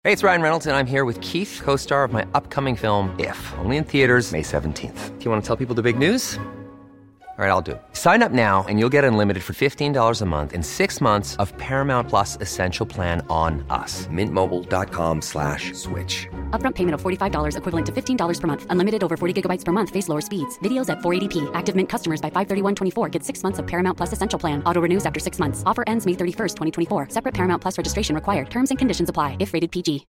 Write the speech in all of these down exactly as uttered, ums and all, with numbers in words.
Hey, it's Ryan Reynolds, and I'm here with Keith, co-star of my upcoming film, If, only in theaters May seventeenth. Do you want to tell people the big news? All right, I'll do it. Sign up now and you'll get unlimited for fifteen dollars a month and six months of Paramount Plus Essential Plan on us. Mint Mobile dot com slash switch. Upfront payment of forty-five dollars equivalent to fifteen dollars per month. Unlimited over forty gigabytes per month. Face lower speeds. Videos at four eighty p. Active Mint customers by five thirty-one twenty-four get six months of Paramount Plus Essential Plan. Auto renews after six months. Offer ends May thirty-first, twenty twenty-four. Separate Paramount Plus registration required. Terms and conditions apply if rated P G.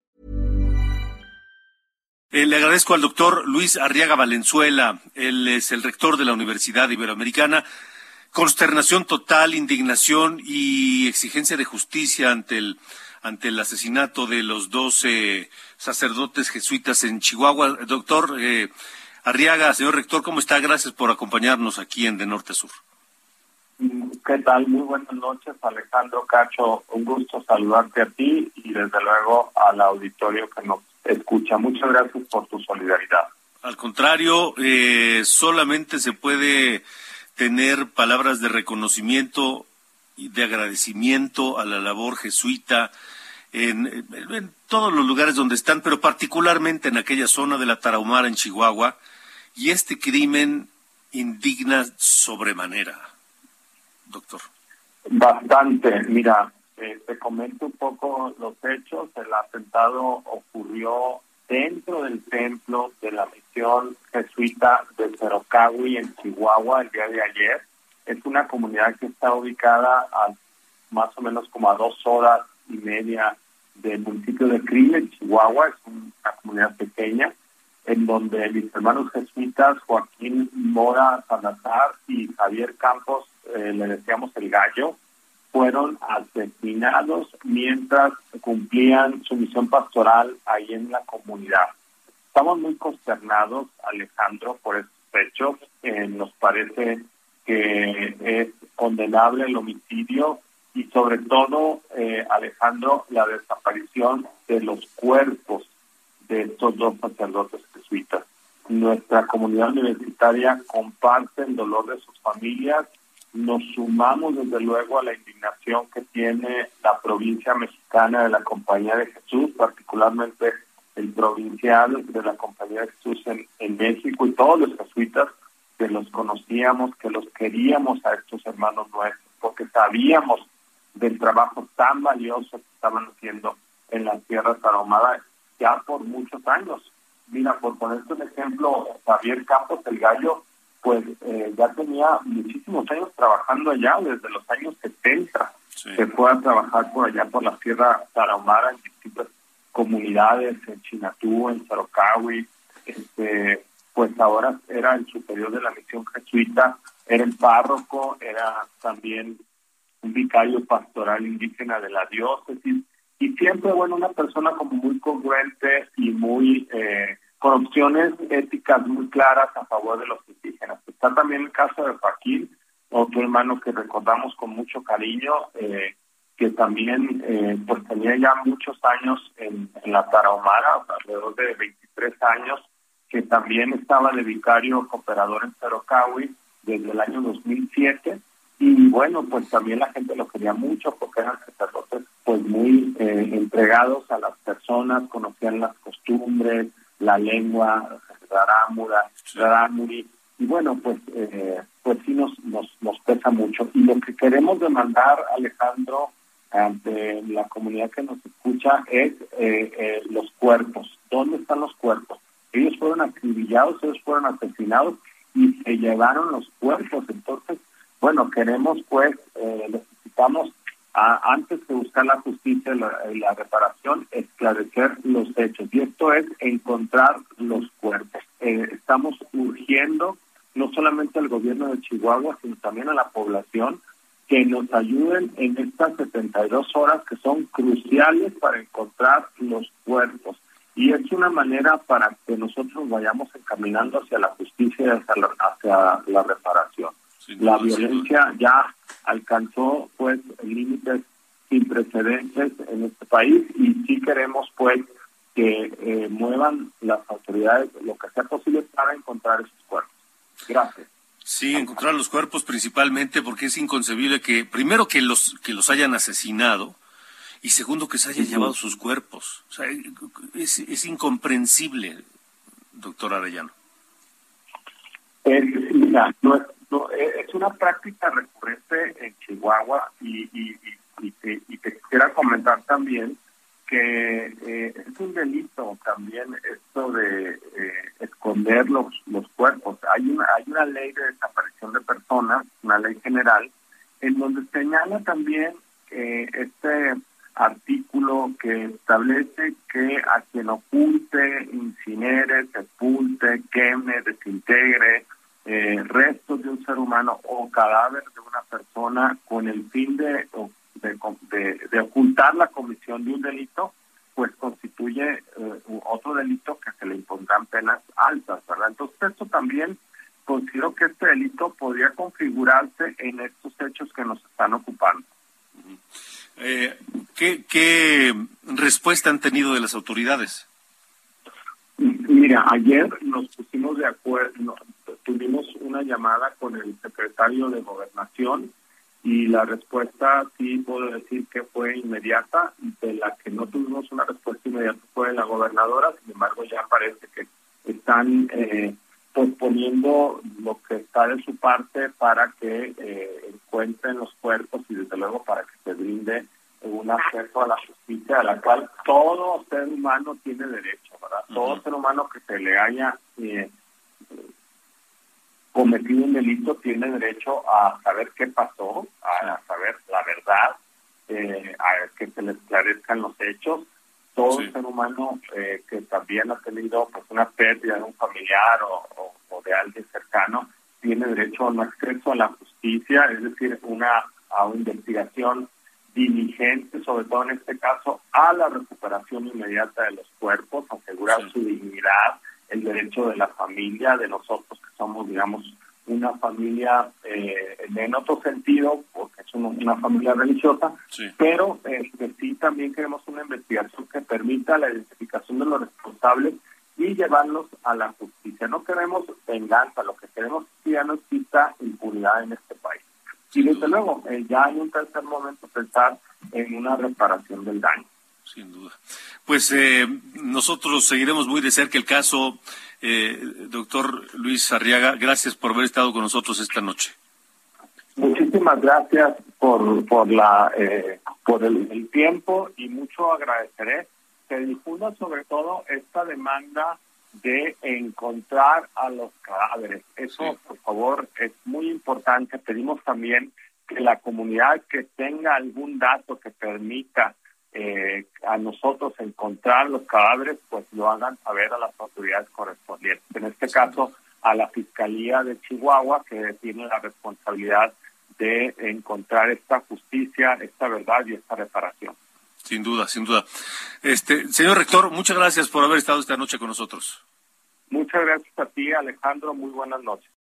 Eh, le agradezco al doctor Luis Arriaga Valenzuela. Él es el rector de la Universidad Iberoamericana. Consternación total, indignación y exigencia de justicia ante el ante el asesinato de los dos eh, sacerdotes jesuitas en Chihuahua. Doctor eh, Arriaga, señor rector, ¿cómo está? Gracias por acompañarnos aquí en De Norte a Sur. ¿Qué tal? Muy buenas noches, Alejandro Cacho. Un gusto saludarte a ti y desde luego al auditorio que nos escucha. Muchas gracias por tu solidaridad. Al contrario, eh, solamente se puede tener palabras de reconocimiento y de agradecimiento a la labor jesuita en, en todos los lugares donde están, pero particularmente en aquella zona de la Tarahumara en Chihuahua, y este crimen indigna sobremanera, doctor. Bastante. Mira, eh, te comento un poco los hechos. El atentado ocurrió dentro del templo de la misión jesuita de Cerocahui en Chihuahua el día de ayer. Es una comunidad que está ubicada a más o menos como a dos horas y media del municipio de Krill, en Chihuahua. Es una comunidad pequeña en donde mis hermanos jesuitas Joaquín Mora Salazar y Javier Campos, eh, le decíamos el gallo, fueron asesinados mientras cumplían su misión pastoral ahí en la comunidad. Estamos muy consternados, Alejandro, por estos hechos. Eh, nos parece que es condenable el homicidio y sobre todo, eh, Alejandro, la desaparición de los cuerpos de estos dos sacerdotes jesuitas. Nuestra comunidad universitaria comparte el dolor de sus familias. Nos sumamos desde luego a la indignación que tiene la provincia mexicana de la Compañía de Jesús, particularmente el provincial de la Compañía de Jesús en, en México, y todos los jesuitas que los conocíamos, que los queríamos a estos hermanos nuestros, porque sabíamos del trabajo tan valioso que estaban haciendo en la Sierra Tarahumara ya por muchos años. Mira, por ponerte un ejemplo, Javier Campos, el gallo, pues eh, ya tenía muchísimos años trabajando allá, desde los años setenta. Sí. Se fue a trabajar por allá, por la Sierra Tarahumara, en distintas comunidades, en Chinatú, en Cerocahui. Este, pues ahora era el superior de la misión jesuita, era el párroco, era también un vicario pastoral indígena de la diócesis, y siempre, bueno, una persona como muy congruente y muy... Eh, con opciones éticas muy claras a favor de los indígenas. Está también el caso de Joaquín, otro hermano que recordamos con mucho cariño, eh, que también eh, pues tenía ya muchos años en, en la Tarahumara, alrededor de veintitrés años, que también estaba de vicario cooperador en Cerocahui desde el año dos mil siete, y bueno, pues también la gente lo quería mucho porque eran sacerdotes pues muy eh, entregados a las personas, conocían las costumbres, la lengua, rarámura, rarámuri, y bueno, pues eh, pues sí nos, nos nos pesa mucho. Y lo que queremos demandar, Alejandro, ante la comunidad que nos escucha, es eh, eh, los cuerpos. ¿Dónde están los cuerpos? Ellos fueron acribillados, ellos fueron asesinados y se llevaron los cuerpos. Entonces, bueno, queremos pues, eh, necesitamos A, antes de buscar la justicia y la, la reparación, esclarecer los hechos. Y esto es encontrar los cuerpos. Eh, estamos urgiendo no solamente al gobierno de Chihuahua, sino también a la población, que nos ayuden en estas setenta y dos horas que son cruciales para encontrar los cuerpos. Y es una manera para que nosotros vayamos encaminando hacia la justicia y hacia la, hacia la reparación. Sí, la no, violencia sí, ya alcanzó pues límites sin precedentes en este país y sí queremos pues que eh, muevan las autoridades lo que sea posible para encontrar esos cuerpos. Gracias. Sí, encontrar los cuerpos principalmente porque es inconcebible que primero que los que los hayan asesinado y segundo, que se haya llevado sus cuerpos. O sea, es, es incomprensible, doctor Arellano. Eh, mira, no es, no, es una práctica recurrente en Chihuahua y, y, y, y, te, y te quisiera comentar también que eh, es un delito también esto de eh, esconder los, los cuerpos. Hay una, hay una ley de desaparición de personas, una ley general, en donde señala también eh, este artículo que establece que a quien oculte, incinere, sepulte, queme, desintegre eh, restos de un ser humano o cadáver de una persona con el fin de, de, de, de ocultar la comisión de un delito, pues constituye eh, otro delito que se le impondrán penas altas, ¿verdad? Entonces esto también considero que este delito podría configurarse en estos hechos que nos están ocupando. Eh, ¿qué, ¿Qué respuesta han tenido de las autoridades? Mira, ayer nos pusimos de acuerdo, no, tuvimos una llamada con el secretario de Gobernación y la respuesta sí puedo decir que fue inmediata. De la que no tuvimos una respuesta inmediata fue la gobernadora, sin embargo ya parece que están eh, posponiendo lo que está de su parte para que eh, encuentren los cuerpos y desde luego para que se brinde un acceso a la justicia a la cual todo ser humano tiene derecho, ¿verdad? Uh-huh. Todo ser humano que se le haya eh, cometido un delito tiene derecho a saber qué pasó, a saber la verdad, eh, a que se le esclarezcan los hechos. Todo sí. ser humano eh, que también ha tenido pues una pérdida de un familiar o, o, o de alguien cercano tiene derecho a un acceso a la justicia, es decir, una a una investigación diligente, sobre todo en este caso, a la recuperación inmediata de los cuerpos, asegurar sí. su dignidad, el derecho de la familia, de nosotros que somos, digamos, una familia eh, en otro sentido, porque es una, una familia religiosa, sí. pero eh, sí también queremos una investigación que permita la identificación de los responsables y llevarlos a la justicia. No queremos venganza, lo que queremos es que ya no exista impunidad en este país. Y desde luego, eh, ya hay un tercer momento pensar en una reparación del daño. Sin duda. Pues eh, nosotros seguiremos muy de cerca el caso. Eh, doctor Luis Arriaga, gracias por haber estado con nosotros esta noche. Muchísimas gracias por por la eh, por el, el tiempo y mucho agradeceré que difunda sobre todo esta demanda de encontrar a los cadáveres. Eso, sí. por favor, es muy importante. Pedimos también que la comunidad que tenga algún dato que permita eh, a nosotros encontrar los cadáveres, pues lo hagan saber a las autoridades correspondientes. En este sí. caso, a la Fiscalía de Chihuahua, que tiene la responsabilidad de encontrar esta justicia, esta verdad y esta reparación. Sin duda, sin duda. Este, señor rector, muchas gracias por haber estado esta noche con nosotros. Muchas gracias a ti, Alejandro. Muy buenas noches.